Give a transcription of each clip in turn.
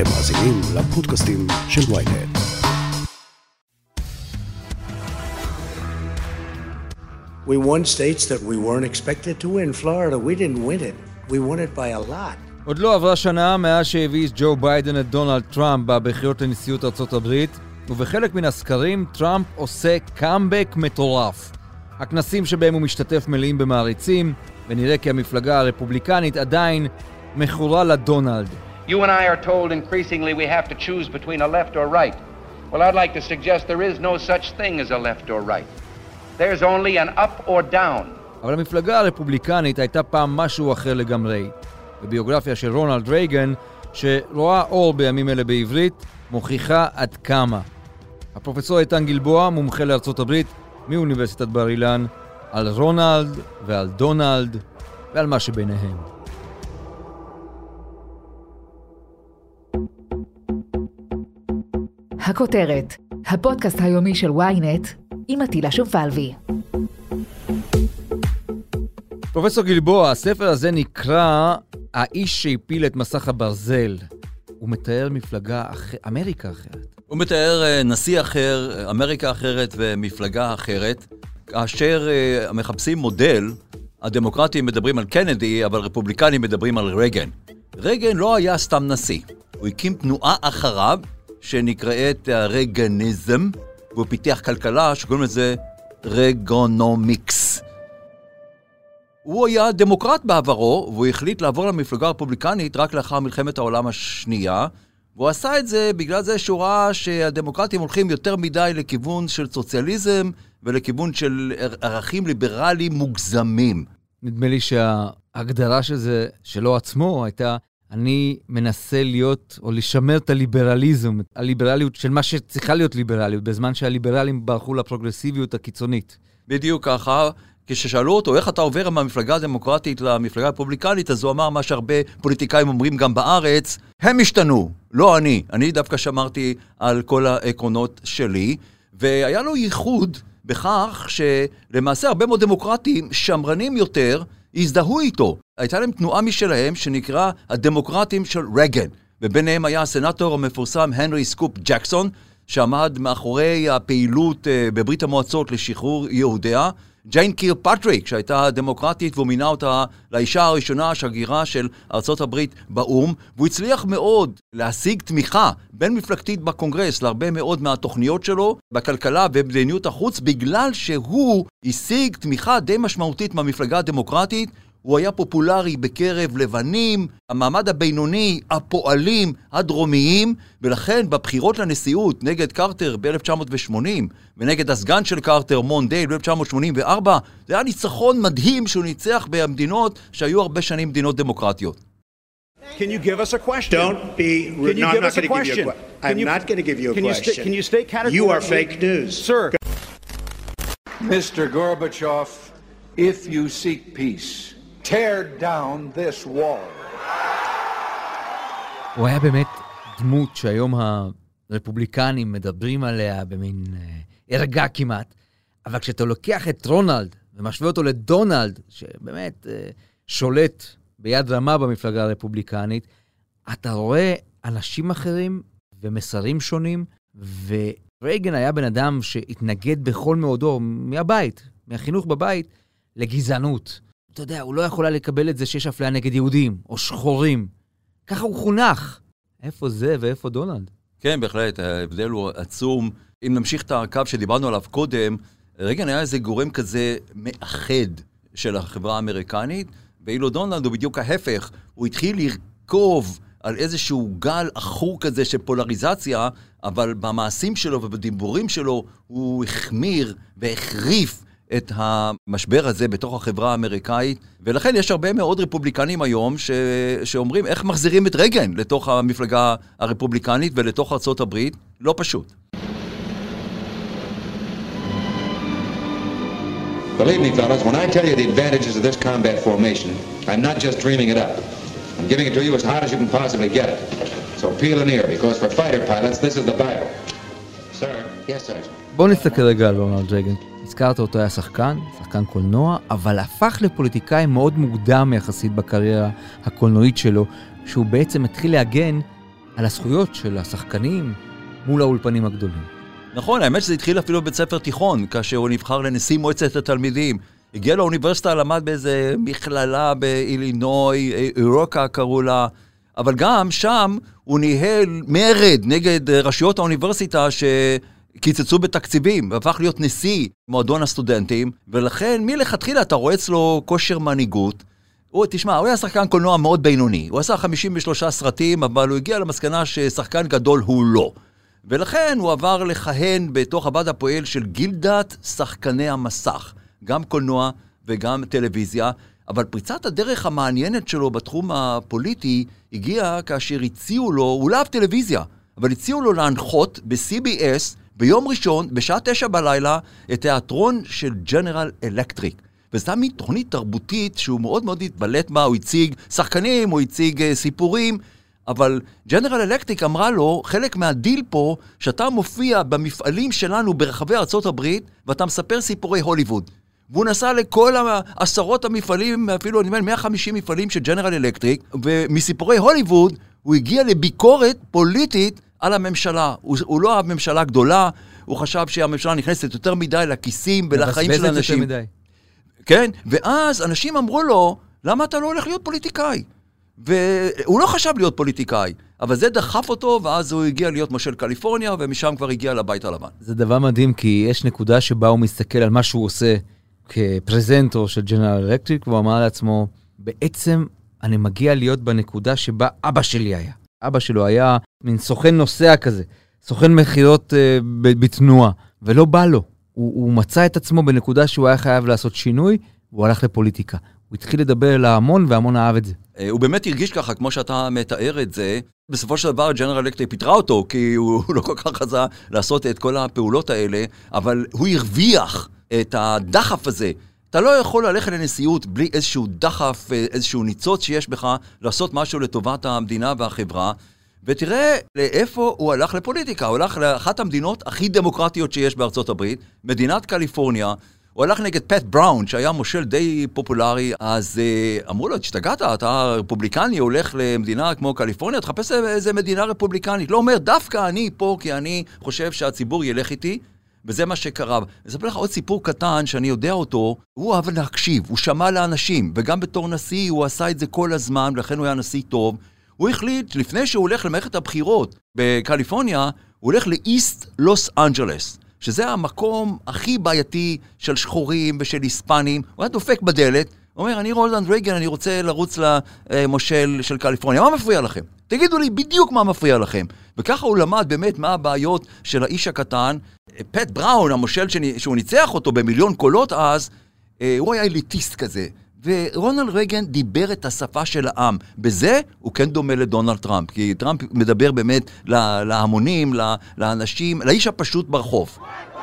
אתם מאזינים לפודקאסטים של ynet. We won states that we weren't expected to win. Florida, we didn't win it. We won it by a lot. עוד לא עברה שנה מאז שהביס ג'ו ביידן את דונלד טראמפ בבחירות לנשיאות ארצות הברית, ובחלק מן הסקרים טראמפ עושה קאמבק מטורף. הכנסים שבהם הוא משתתף מלאים במעריצים, ונראה כי המפלגה הרפובליקנית עדיין מכורה לדונלד. You and I are told increasingly we have to choose between a left or right. Well, I'd like to suggest there is no such thing as a left or right. There's only an up or down. אבל המפלגה הרפובליקנית הייתה פעם משהו אחר לגמרי. בביוגרפיה של רונלד רייגן, שרואה אור בימים אלה בעברית, מוכיחה עד כמה. הפרופסור איתן גלבוע, מומחה לארצות הברית מאוניברסיטת בר אילן, על רונלד ועל דונלד ועל מה שביניהם. הכותרת, הפודקאסט היומי של ynet עם עטילה שומפלבי. פרופסור גלבוע, הספר הזה נקרא האיש שהפיל את מסך הברזל. הוא מתאר מפלגה אמריקה אחרת. הוא מתאר נשיא אחר, אמריקה אחרת ומפלגה אחרת, כאשר מחפשים מודל, הדמוקרטים מדברים על קנדי, אבל רפובליקנים מדברים על רייגן. רייגן לא היה סתם נשיא. הוא הקים תנועה אחריו, שנקראת רייגניזם, והוא פיתח כלכלה שקוראים לזה רייגונומיקס. הוא היה דמוקרט בעברו, והוא החליט לעבור למפלגה הרפובליקנית רק לאחר מלחמת העולם השנייה, והוא עשה את זה בגלל זה שהוא ראה שהדמוקרטים הולכים יותר מדי לכיוון של סוציאליזם, ולכיוון של ערכים ליברליים מוגזמים. נדמה לי שההגדרה של זה, שלו עצמו, הייתה אני מנסה להיות או לשמר את הליברליזם, הליברליות של מה שצריכה להיות ליברליות, בזמן שהליברלים ברחו לפרוגרסיביות הקיצונית. בדיוק ככה, כששאלו אותו איך אתה עובר מהמפלגה הדמוקרטית למפלגה הרפובליקנית, אז הוא אמר מה שהרבה פוליטיקאים אומרים גם בארץ, הם השתנו, לא אני. אני דווקא שמרתי על כל העקרונות שלי, והיה לו ייחוד בכך שלמעשה הרבה מאוד דמוקרטים שמרנים יותר, הזדהו איתו. הייתה להם תנועה משלהם שנקרא הדמוקרטים של רייגן, וביניהם היה הסנטור המפורסם הנרי סקופ ג'קסון, שעמד מאחורי הפעילות בברית המועצות לשחרור יהודיה, ג'יין קירפטריק, שהייתה דמוקרטית, והוא מינה אותה לאישה הראשונה, השגרירה של ארצות הברית באום, והוא הצליח מאוד להשיג תמיכה בין מפלגתית בקונגרס להרבה מאוד מהתוכניות שלו, בכלכלה ובמדיניות החוץ, בגלל שהוא השיג תמיכה די משמעותית מהמפלגה הדמוקרטית. הוא היה פופולרי בקרב לבנים, המעמד הבינוני, הפועלים, הדרומיים, ולכן בבחירות לנשיאות נגד קרטר ב-1980, ונגד הסגן של קרטר, מונדי, ב-1984, זה היה ניצחון מדהים שהוא ניצח במדינות שהיו הרבה שנים מדינות דמוקרטיות. Can you give us a question? Don't be... Can you no, give I'm us a question? I'm not going to give you a question. Can you state categorically? You are fake news. Sir. Mr. Gorbachev, if you seek peace, tear down this wall. הוא היה באמת דמות שהיום הרפובליקנים מדברים עליה במין הרגע כמעט, אבל כשאתה לוקח את רונלד ומשווה אותו לדונלד, שבאמת שולט ביד רמה במפלגה הרפובליקנית, אתה רואה אנשים אחרים ומסרים שונים, ורייגן היה בן אדם שהתנגד בכל מאודו מהבית, מהחינוך בבית, לגזענות. אתה יודע, הוא לא יכול לקבל את זה שיש אפליה נגד יהודים או שחורים. ככה הוא חונך. איפה זה ואיפה דונלד? כן, בהחלט, ההבדל הוא עצום. אם נמשיך את הקו שדיברנו עליו קודם, רייגן היה איזה גורם כזה מאחד של החברה האמריקנית, ואילו דונלד הוא בדיוק ההפך. הוא התחיל לרכוב על איזשהו גל אחור כזה של פולריזציה, אבל במעשים שלו ובדיבורים שלו הוא החמיר והחריף את המשבר הזה בתוך החברה האמריקאית, ולכן יש הרבה מאוד רפובליקנים היום שאומרים איך מחזירים את רייגן לתוך המפלגה הרפובליקנית ולתוך ארצות הברית. לא פשוט. Believe me, fellas, when I tell you the advantages of this combat formation, I'm not just dreaming it up. I'm giving it to you as hard as you can possibly get it. So peel an ear, because for fighter pilots, this is the Bible. Sir? Yes, sir. בואו נסתכל רגע על רונלד רייגן. הזכרת אותו, היה שחקן קולנוע, אבל הפך לפוליטיקאי מאוד מוקדם יחסית בקריירה הקולנועית שלו, שהוא בעצם התחיל להגן על הזכויות של השחקנים מול האולפנים הגדולים. נכון, האמת שזה התחיל אפילו בבית ספר תיכון, כאשר הוא נבחר לנשיא מועצת התלמידים. הגיע לאוניברסיטה, למד באיזה מכללה באילינוי, אירוקה קראו לה, אבל גם שם הוא ניהל מרד נגד רשויות האוניברסיטה שקיצצו בתקציבים, והפך להיות נשיא מועדון הסטודנטים, ולכן מלכתחילה אתה רואה אצלו כושר מנהיגות. תשמע, הוא היה שחקן קולנוע מאוד בינוני, הוא עשה 53 סרטים, אבל הוא הגיע למסקנה ששחקן גדול הוא לא. ולכן הוא עבר לכהן בתוך הוועד הפועל של גילדת שחקני המסך, גם קולנוע וגם טלוויזיה, אבל פריצת הדרך המעניינת שלו בתחום הפוליטי הגיעה כאשר הציעו לו, הוא לא אהב טלוויזיה, אבל הציעו לו להנחות ב-CBS ביום ראשון, בשעה 9 בלילה, את תיאטרון של ג'נרל אלקטריק. וזו תמיד תוכנית תרבותית שהוא מאוד מאוד התבלט בה, הוא הציג שחקנים, הוא הציג סיפורים, אבל ג'נרל אלקטריק אמרה לו, חלק מהדיל פה, שאתה מופיע במפעלים שלנו ברחבי ארצות הברית, ואתה מספר סיפורי הוליווד. והוא נסע לכל עשרות המפעלים, אפילו 150 מפעלים של ג'נרל אלקטריק, ומסיפורי הוליווד הוא הגיע לביקורת פוליטית על הממשלה. הוא לא אהב ממשלה גדולה, הוא חשב שהממשלה נכנסת יותר מדי לכיסים ולחיים של אנשים. כן, ואז אנשים אמרו לו, למה אתה לא הולך להיות פוליטיקאי? והוא לא חשב להיות פוליטיקאי, אבל זה דחף אותו, ואז הוא הגיע להיות מושל קליפורניה, ומשם כבר הגיע לבית הלבן. זה דבר מדהים, כי יש נקודה שבה הוא מסתכל על מה שהוא עושה כפרזנטור של ג'נרל אלקטריק, והוא אמר לעצמו, בעצם אני מגיע להיות בנקודה שבה אבא שלי היה. אבא שלו היה מין סוכן נוסע כזה, סוכן מחירות בתנועה, ולא בא לו. הוא מצא את עצמו בנקודה שהוא היה חייב לעשות שינוי, והוא הלך לפוליטיקה. הוא התחיל לדבר להמון, והמון אהב את זה. הוא באמת הרגיש ככה, כמו שאתה מתאר את זה. בסופו של דבר, ג'נרל אלקטריק פיטרה אותו, כי הוא לא כל כך חזה לעשות את כל הפעולות האלה, אבל הוא הרוויח את הדחף הזה. אתה לא יכול ללכת לנשיאות בלי איזשהו דחף, איזשהו ניצוץ שיש בך, לעשות משהו לטובת המדינה והחברה. ותראה לאיפה הוא הלך לפוליטיקה. הוא הלך לאחת המדינות הכי דמוקרטיות שיש בארצות הברית, מדינת קליפורניה. הוא הלך נגד פט בראון, שהיה מושל די פופולרי, אז אמרו לו, תשתגעת, אתה רפובליקני, הולך למדינה כמו קליפורניה, תחפש איזה מדינה רפובליקנית. לא אומר, דווקא אני פה, כי אני חושב שהציבור ילך איתי, וזה מה שקרה. אספר לך עוד סיפור קטן שאני יודע אותו, הוא אהב להקשיב, הוא שמע לאנשים, וגם בתור נשיא הוא עשה את זה כל הזמן, ולכן הוא היה נשיא טוב. הוא החליט, לפני שהוא הולך למערכת הבחירות בקליפורניה, הוא הולך לאיסט לוס אנג'לס. שזה המקום הכי בעייתי של שחורים ושל היספנים. הוא היה דופק בדלת, הוא אומר, אני רונלד רייגן, אני רוצה לרוץ למושל של קליפורניה. מה מפריע לכם? תגידו לי בדיוק מה מפריע לכם. וככה הוא למד באמת מה הבעיות של האיש הקטן. פט בראון, המושל שהוא ניצח אותו במיליון קולות אז, הוא היה אליטיסט כזה. ורונלד רייגן דיבר את השפה של העם. בזה הוא כן דומה לדונלד טראמפ, כי טראמפ מדבר באמת להמונים, לאנשים, לאיש הפשוט ברחוב.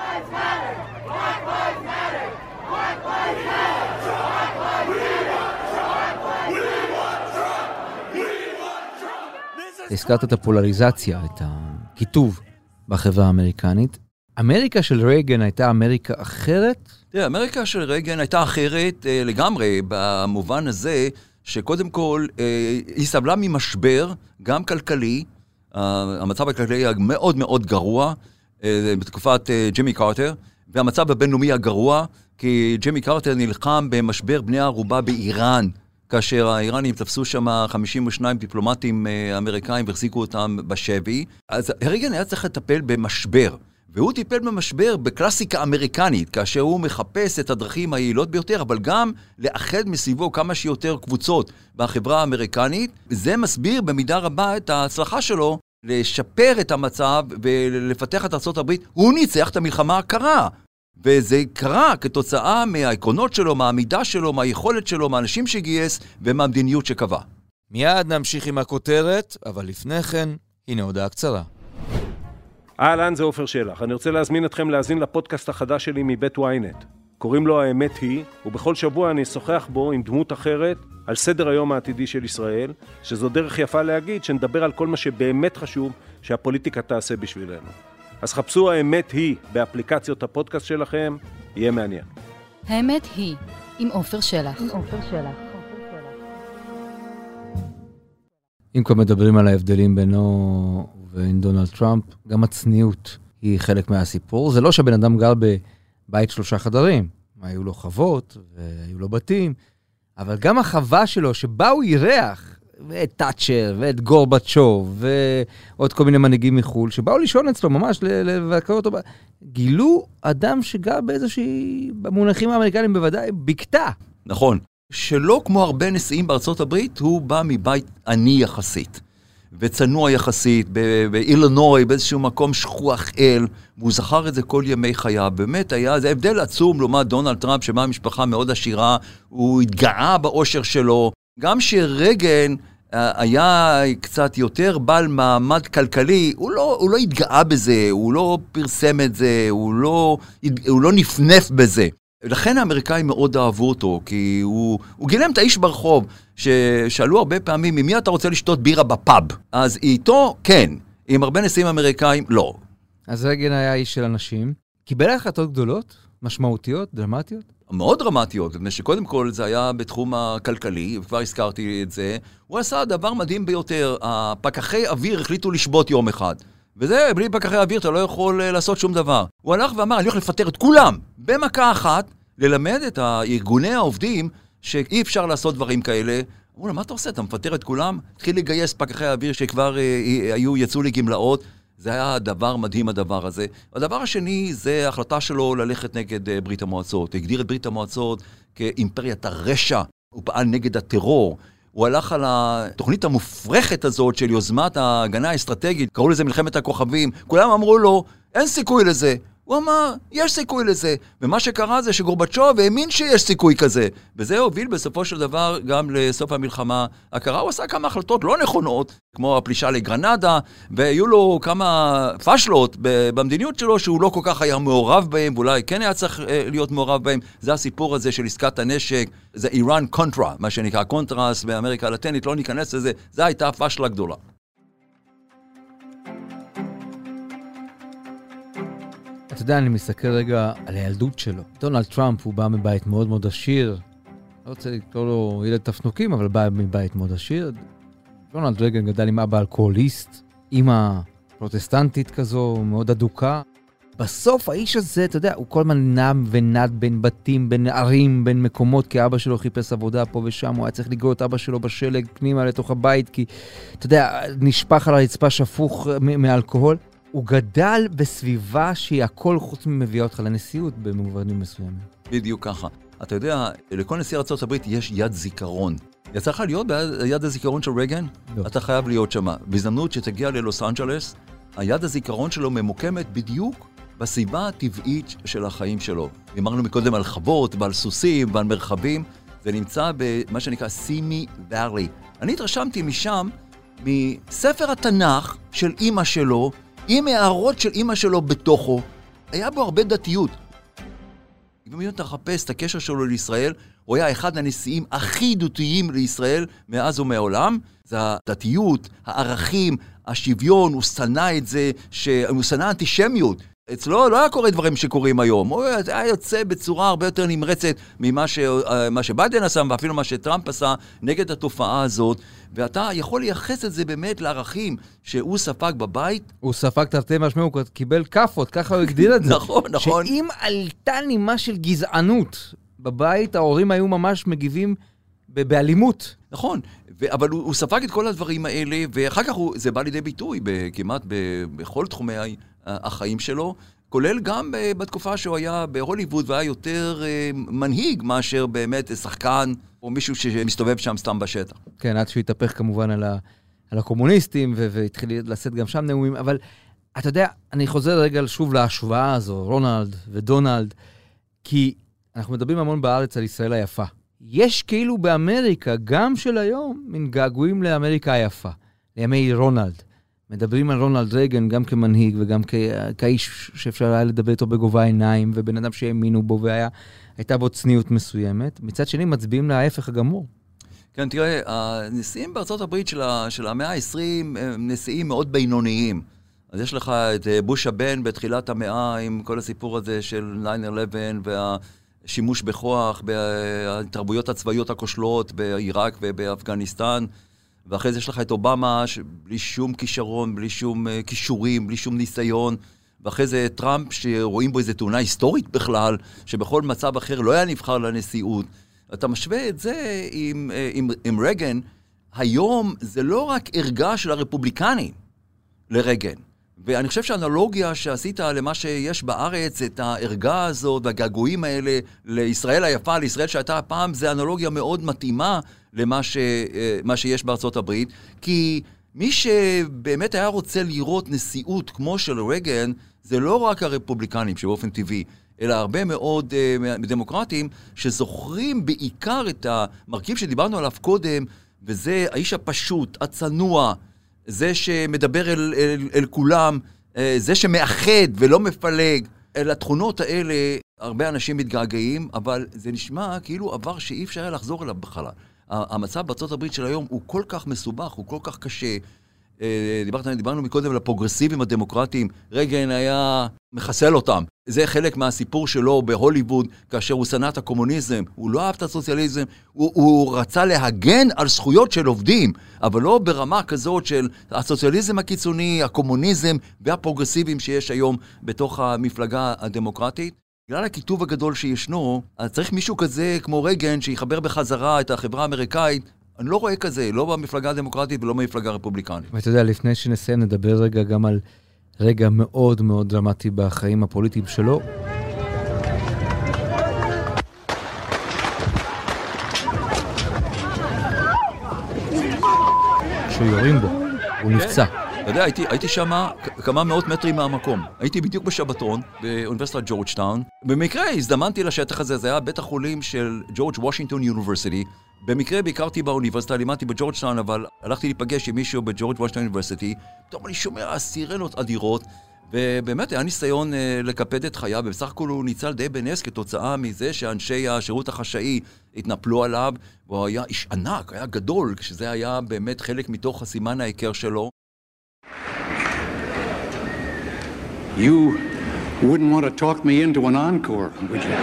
הזכרת את הפולריזציה, את הכיתוב בחברה האמריקנית. אמריקה של רייגן הייתה אמריקה אחרת? תראה, אמריקה של רייגן הייתה אחרת לגמרי, במובן הזה שקודם כל היא סבלה ממשבר, גם כלכלי, המצב הכלכלי היה מאוד מאוד גרוע, בתקופת ג'ימי קרטר, והמצב הבינלאומי הגרוע, כי ג'ימי קרטר נלחם במשבר בני ערובה באיראן, כאשר האיראנים תפסו שם 52 דיפלומטים אמריקאים והחזיקו אותם בשבי, אז רייגן היה צריך לטפל במשבר. והוא טיפל במשבר בקלאסיקה אמריקנית, כאשר הוא מחפש את הדרכים היעילות ביותר, אבל גם לאחד מסביבו כמה שיותר קבוצות בחברה האמריקנית. זה מסביר במידה רבה את ההצלחה שלו לשפר את המצב ולפתח את ארצות הברית. הוא ניצח את המלחמה הקרה, וזה קרה כתוצאה מהעקרונות שלו, מהעמידה שלו, מהיכולת שלו, מהאנשים שגייס ומהמדיניות שקבע. מיד נמשיך עם הכותרת, אבל לפני כן, הנה הודעה קצרה. אהלן, זה עופר שלח. אני רוצה להזמין אתכם להאזין לפודקאסט החדש שלי מבית ynet. קוראים לו האמת היא, ובכל שבוע אני אשוחח בו עם דמות אחרת על סדר היום העתידי של ישראל, שזו דרך יפה להגיד שנדבר על כל מה שבאמת חשוב שהפוליטיקה תעשה בשבילנו. אז חפשו האמת היא באפליקציות הפודקאסט שלכם, יהיה מעניין. האמת היא, עם עופר שלח. אם כבר מדברים על ההבדלים בינו ובין דונלד טראמפ, גם הצניעות היא חלק מהסיפור. זה לא שהבן אדם גר בבית 3 חדרים. היו לו חוות והיו לו בתים, אבל גם החווה שלו שבה הוא אירח, ואת טאצ'ר, ואת גורבצ'וב, ועוד כל מיני מנהיגים מחול, שבאו לישון אצלו ממש, לבקר אותו, גילו אדם שגר באיזושהי, במונחים האמריקנים בוודאי, בקתה. נכון. שלא כמו הרבה נשיאים בארצות הברית, הוא בא מבית עני יחסית, וצנוע יחסית, באילינוי, באיזשהו מקום שכוח אל, והוא זכר את זה כל ימי חייו. באמת היה, זה הבדל עצום לעומת דונלד טראמפ, שבא משפחה מאוד עשירה, הוא התגאה באושר שלו, גם שרגן היה קצת יותר בעל מעמד כלכלי, הוא לא התגאה בזה, הוא לא פרסם את זה, הוא לא נפנף בזה. לכן האמריקאים מאוד אהבו אותו, כי הוא גילם את האיש ברחוב, ששאלו הרבה פעמים, ממי אתה רוצה לשתות בירה בפאב? אז איתו, כן. עם הרבה נשיאים אמריקאים, לא. אז רגן היה איש של אנשים. קיבל החלטות גדולות, משמעותיות, דרמטיות? מאוד דרמטיות, מפני שקודם כל זה היה בתחום הכלכלי, וכבר הזכרתי את זה. הוא עשה דבר מדהים ביותר, הפקחי אוויר החליטו לשבות יום אחד. וזה, בלי פקחי אוויר אתה לא יכול לעשות שום דבר. הוא הלך ואמר, אני הולך לפטר את כולם, במכה אחת, ללמד את ארגוני העובדים שאי אפשר לעשות דברים כאלה. אמרו לו, מה אתה עושה? אתה מפטר את כולם? התחיל לגייס פקחי האוויר שכבר יצאו לגמלאות. זה היה דבר מדהים הדבר הזה. הדבר השני זה ההחלטה שלו ללכת נגד ברית המועצות. הוא הגדיר את ברית המועצות כאימפריית הרשע. הוא פעל נגד הטרור. הוא הלך על התוכנית המופרכת הזאת של יוזמת ההגנה האסטרטגית, קראו לזה מלחמת הכוכבים, כולם אמרו לו, אין סיכוי לזה. הוא אמר, יש סיכוי לזה. ומה שקרה זה שגורבצ'וב האמין שיש סיכוי כזה. וזה הוביל בסופו של דבר גם לסוף המלחמה הקרה. הוא עשה כמה החלטות לא נכונות, כמו הפלישה לגרנדה, והיו לו כמה פשלות במדיניות שלו שהוא לא כל כך היה מעורב בהם, ואולי כן היה צריך להיות מעורב בהם. זה הסיפור הזה של עסקת הנשק, זה איראן קונטרה, מה שנקרא קונטרס באמריקה הלטינית, לא ניכנס לזה, זה הייתה פשלה גדולה. אתה יודע, אני מסתכל רגע על הילדות שלו. דונלד טראמפ הוא בא מבית מאוד מאוד עשיר. לא רוצה לקרוא לו ילד תפנוקים, אבל בא מבית מאוד עשיר. דונלד רגן גדל עם אבא אלכוהוליסט, אמא פרוטסטנטית כזו, מאוד אדוקה. בסוף האיש הזה, אתה יודע, הוא כל הזמן נם ונד בין בתים, בין ערים, בין מקומות, כי אבא שלו חיפש עבודה פה ושם, הוא היה צריך לגרור את אבא שלו בשלג פנימה לתוך הבית, כי, אתה יודע, נשפך על הרצפה שפוך מאלכוהול. הוא גדל בסביבה שהיא הכל חוץ ממביאה אותך לנשיאות במובנים מסוימים. בדיוק ככה. אתה יודע, לכל נשיא ארצות הברית יש יד זיכרון. יצא לך להיות ביד הזיכרון של רגן? לא. אתה חייב להיות שמה. בהזדמנות שתגיע ללוס אנג'לס, היד הזיכרון שלו ממוקמת בדיוק בסביבה הטבעית של החיים שלו. אמרנו מקודם על חוות ועל סוסים ועל מרחבים. זה נמצא במה שנקרא סימי ואלי. אני התרשמתי משם, מספר התנ"ך של אמא שלו, עם הערות של אמא שלו בתוכו, היה בו הרבה דתיות. אם אתה חפש את הקשר שלו לישראל, הוא היה אחד הנשיאים הכי דתיים לישראל מאז ומעולם. זה הדתיות, הערכים, השוויון, הוא שנא את זה, הוא שנא אנטישמיות. אצלו לא היה קורה דברים שקורים היום. הוא היה יוצא בצורה הרבה יותר נמרצת ממה שביידן עשה, ואפילו מה שטראמפ עשה נגד התופעה הזאת. ואתה יכול לייחס את זה באמת לערכים שהוא ספג בבית. הוא ספג תרתי משמע, הוא קיבל כפות, ככה הוא הגדיר את זה. נכון, נכון. שאם עלתה נימה של גזענות בבית, ההורים היו ממש מגיבים באלימות. נכון, אבל הוא ספג את כל הדברים האלה, ואחר כך זה בא לידי ביטוי כמעט בכל תחומי החיים שלו, כולל גם בתקופה שהוא היה בהוליווד, והיה יותר מנהיג מאשר באמת שחקן, או מישהו שמסתובב שם סתם בשטח. כן, עד שהוא התהפך כמובן על הקומוניסטים, והתחיל לשאת גם שם נאומים, אבל אתה יודע, אני חוזר רגע שוב להשוואה הזו, רונלד ודונלד, כי אנחנו מדברים המון בארץ על ישראל היפה. יש כאילו באמריקה, גם של היום, מין געגועים לאמריקה היפה, לימי רונלד. מדברים על רונלד רגן גם כמנהיג וגם כאיש שאפשר היה לדבר איתו בגובה העיניים, ובן אדם שהאמינו בו והייתה בו צניעות מסוימת. מצד שני מצביעים להפך הגמור. כן, תראה, הנשיאים בארצות הברית של המאה ה-20 הם נשיאים מאוד בינוניים. אז יש לך את בוש הבן בתחילת המאה עם כל הסיפור הזה של 9/11 והשימוש בכוח, בתרבויות הצבאיות הכושלות בעיראק ובאפגניסטן. ואחרי זה יש לך את אובמה, בלי שום כישרון, בלי שום כישורים, בלי שום ניסיון, ואחרי זה טראמפ, שרואים בו איזו תאונה היסטורית בכלל, שבכל מצב אחר לא היה נבחר לנשיאות. אתה משווה את זה עם רגן, היום זה לא רק ערגה של הרפובליקנים לרגן. ואני חושב שהאנלוגיה שעשית למה שיש בארץ, את הערגה הזאת והגעגועים האלה לישראל היפה, לישראל שהייתה הפעם, זה אנלוגיה מאוד מתאימה למה שיש בארצות הברית, כי מי שבאמת היה רוצה לראות נשיאות כמו של רגן, זה לא רק הרפובליקנים שבאופן טבעי, אלא הרבה מאוד דמוקרטים שזוכרים בעיקר את המרכיב שדיברנו עליו קודם, וזה האיש הפשוט, הצנוע, זה שמדבר אל כולם, זה שמאחד ולא מפלג. אל התכונות האלה הרבה אנשים מתגעגעים, אבל זה נשמע כאילו עבר שאי אפשר היה לחזור אליו בכלל. המצב בארצות הברית של היום הוא כל כך מסובך, הוא כל כך קשה. דיברנו מקודם על הפרוגרסיבים הדמוקרטיים, רגן היה מחסל אותם. זה חלק מהסיפור שלו בהוליווד, כאשר הוא שנא את הקומוניזם, הוא לא אהב את הסוציאליזם, הוא רצה להגן על זכויות של עובדים, אבל לא ברמה כזאת של הסוציאליזם הקיצוני, הקומוניזם והפרוגרסיבים שיש היום בתוך המפלגה הדמוקרטית. בגלל הכיתוב הגדול שישנו, צריך מישהו כזה כמו רגן שיחבר בחזרה את החברה האמריקאית. אני לא רואה כזה, לא במפלגה הדמוקרטית ולא במפלגה הרפובליקנית. ואתה יודע, לפני שנסיים נדבר רגע גם על רגע מאוד מאוד דרמטי בחיים הפוליטיים שלו. שיורים בו, הוא נפצע. אתה יודע, הייתי שם כמה מאות מטרים מהמקום. הייתי בדיוק בשבתון, באוניברסיטת ג'ורג'טאון. במקרה הזדמנתי לשטח הזה, זה היה בית החולים של ג'ורג' וושינגטון יוניברסיטי. במקרה ביקרתי באוניברסיטה, לימדתי בג'ורג'טאון, אבל הלכתי להיפגש עם מישהו בג'ורג' וושינגטון יוניברסיטי. פתאום אני שומע סירנות אדירות, ובאמת היה ניסיון לקפד את חייו, ובסך הכל הוא ניצל די בנס כתוצאה מזה שאנשי השירות החשאי התנפלו עליו, והוא היה איש ענק, היה גדול, כשזה היה באמת חלק מתוך הסימן העיקר שלו. You wouldn't want to talk me into an encore, would you?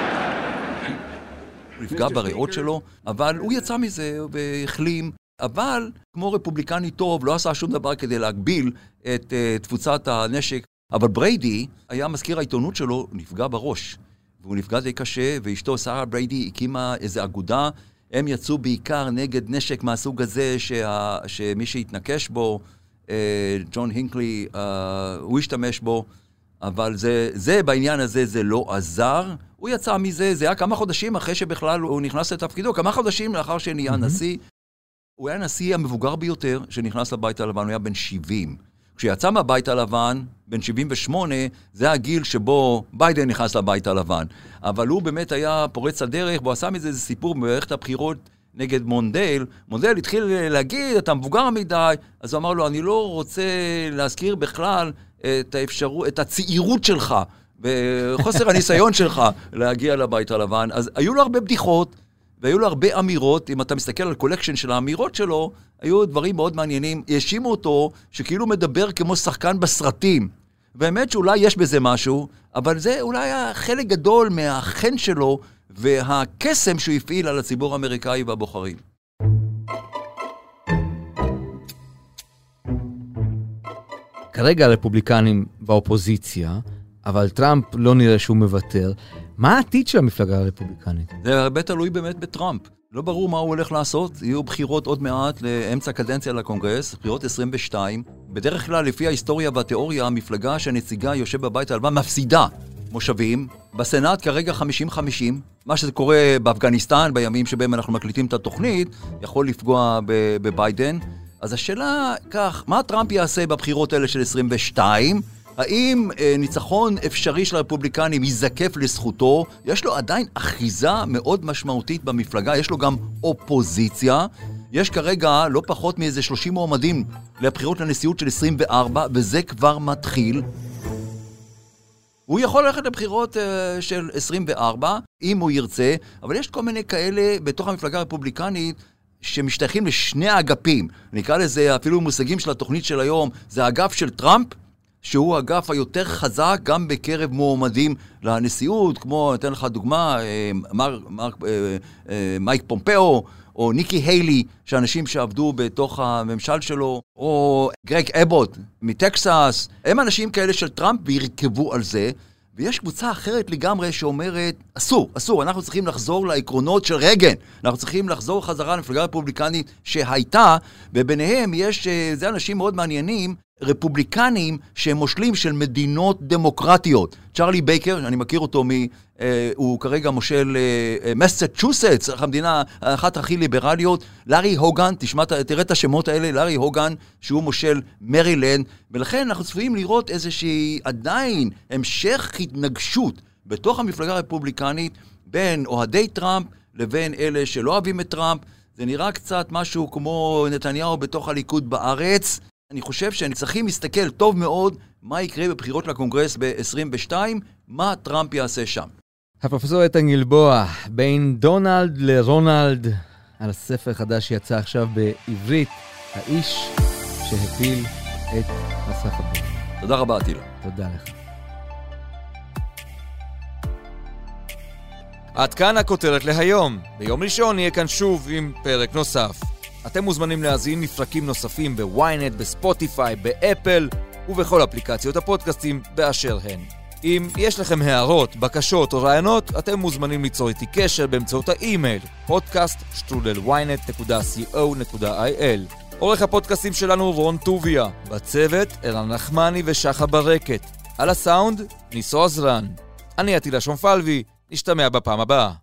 הוא נפגע בריאות שלו, אבל הוא יצא מזה והחלים, אבל כמו רפובליקני טוב לא עשה שום דבר כדי להגביל את תפוצת הנשק. אבל בריידי היה מזכיר העיתונות שלו, נפגע בראש, והוא נפגע די קשה, ואשתו שרה בריידי הקימה איזו אגודה. הם יצאו בעיקר נגד נשק מהסוג הזה שמי שהתנקש בו, ג'ון הינקלי, הוא השתמש בו, אבל זה בעניין הזה זה לא עזר. הוא יצא מזה, זה היה כמה חודשים אחרי שבכלל הוא נכנס לתפקידו, כמה חודשים לאחר שנהיה נשיא. הוא היה הנשיא המבוגר ביותר שנכנס לבית הלבן, הוא היה בן 70. כשיצא מהבית הלבן, בן 78, זה הגיל שבו ביידן נכנס לבית הלבן. אבל הוא באמת היה פורץ הדרך, והוא עשה מזה איזה סיפור במערכת הבחירות נגד מונדל. מונדל התחיל להגיד, אתה מבוגר מדי, אז הוא אמר לו, אני לא רוצה להזכיר בכלל את הצעירות שלך, וחוסר הניסיון שלך להגיע לבית הלבן. אז היו לו הרבה בדיחות, והיו לו הרבה אמירות. אם אתה מסתכל על קולקשן של האמירות שלו, היו דברים מאוד מעניינים. האשימו אותו שכאילו מדבר כמו שחקן בסרטים. באמת שאולי יש בזה משהו, אבל זה אולי היה חלק גדול מהחן שלו, והקסם שהוא הפעיל על הציבור האמריקאי והבוחרים. כרגע הרפובליקנים באופוזיציה, אבל טראמפ לא נראה שהוא מוותר. מה העתיד של המפלגה הרפובליקנית? זה הרבה תלוי באמת בטראמפ. לא ברור מה הוא הולך לעשות. יהיו בחירות עוד מעט לאמצע קדנציה לקונגרס, בחירות 22. בדרך כלל, לפי ההיסטוריה והתיאוריה, המפלגה שהנציגה יושב בבית הלבן מפסידה מושבים. בסנאט כרגע 50-50. מה שזה קורה באפגניסטן, בימים שבהם אנחנו מקליטים את התוכנית, יכול לפגוע בביידן. אז השאלה כך, מה טראמפ יעשה בבחירות האלה של 22? האם ניצחון אפשרי של הרפובליקנים יזקף לזכותו? יש לו עדיין אחיזה מאוד משמעותית במפלגה, יש לו גם אופוזיציה. יש כרגע לא פחות מאיזה 30 מועמדים לבחירות לנשיאות של 24, וזה כבר מתחיל. הוא יכול ללכת לבחירות של 24, אם הוא ירצה, אבל יש כל מיני כאלה בתוך המפלגה הרפובליקנית שמשתייכים לשני האגפים. נקרא לזה אפילו מושגים של התוכנית של היום, זה האגף של טראמפ, שהוא האגף היותר חזק גם בקרב מועמדים לנשיאות, כמו, אתן לך דוגמה, מייק פומפאו, או ניקי היילי, שאנשים שעבדו בתוך הממשל שלו, או גרג אבוט מטקסס, הם אנשים כאלה של טראמפ וירכבו על זה, ויש קבוצה אחרת לגמרי שאומרת, אסור, אנחנו צריכים לחזור לעקרונות של רגן, אנחנו צריכים לחזור חזרה למפלגה רפובליקנית שהייתה, וביניהם יש, זה אנשים מאוד מעניינים, רפובליקנים שהם מושלים של מדינות דמוקרטיות. צ'רלי בייקר, אני מכיר אותו, הוא כרגע מושל מסצ'וסטס, המדינה אחת הכי ליברליות, לארי הוגן, תראה את השמות האלה, לארי הוגן, שהוא מושל מרילנד, ולכן אנחנו צפויים לראות איזושהי עדיין המשך התנגשות בתוך המפלגה הרפובליקנית, בין אוהדי טראמפ לבין אלה שלא אוהבים את טראמפ. זה נראה קצת משהו כמו נתניהו בתוך הליכוד בארץ. אני חושב שאני צריכים להסתכל טוב מאוד מה יקרה בבחירות לקונגרס ב-22, מה טראמפ יעשה שם. הפרופסור איתן גלבוע, בין דונלד לרונלד, על הספר חדש שיצא עכשיו בעברית, האיש שהפיל את מסך הברזל. תודה רבה, אטילה. תודה לך. עד כאן הכותרת להיום. ביום ראשון נהיה כאן שוב עם פרק נוסף. אתם מוזמנים להאזין לפרקים נוספים בוויינט, בספוטיפיי, באפל ובכל אפליקציות הפודקאסטים באשר הן. אם יש לכם הערות, בקשות או רעיונות, אתם מוזמנים ליצור איתי קשר באמצעות האימייל podcast@ynet.co.il. עורך הפודקאסטים שלנו רון טוביה, בצוות ערן נחמני ושחה ברקת. על הסאונד ניסו עזרן. אני אטילה שומפלבי, נשתמע בפעם הבאה.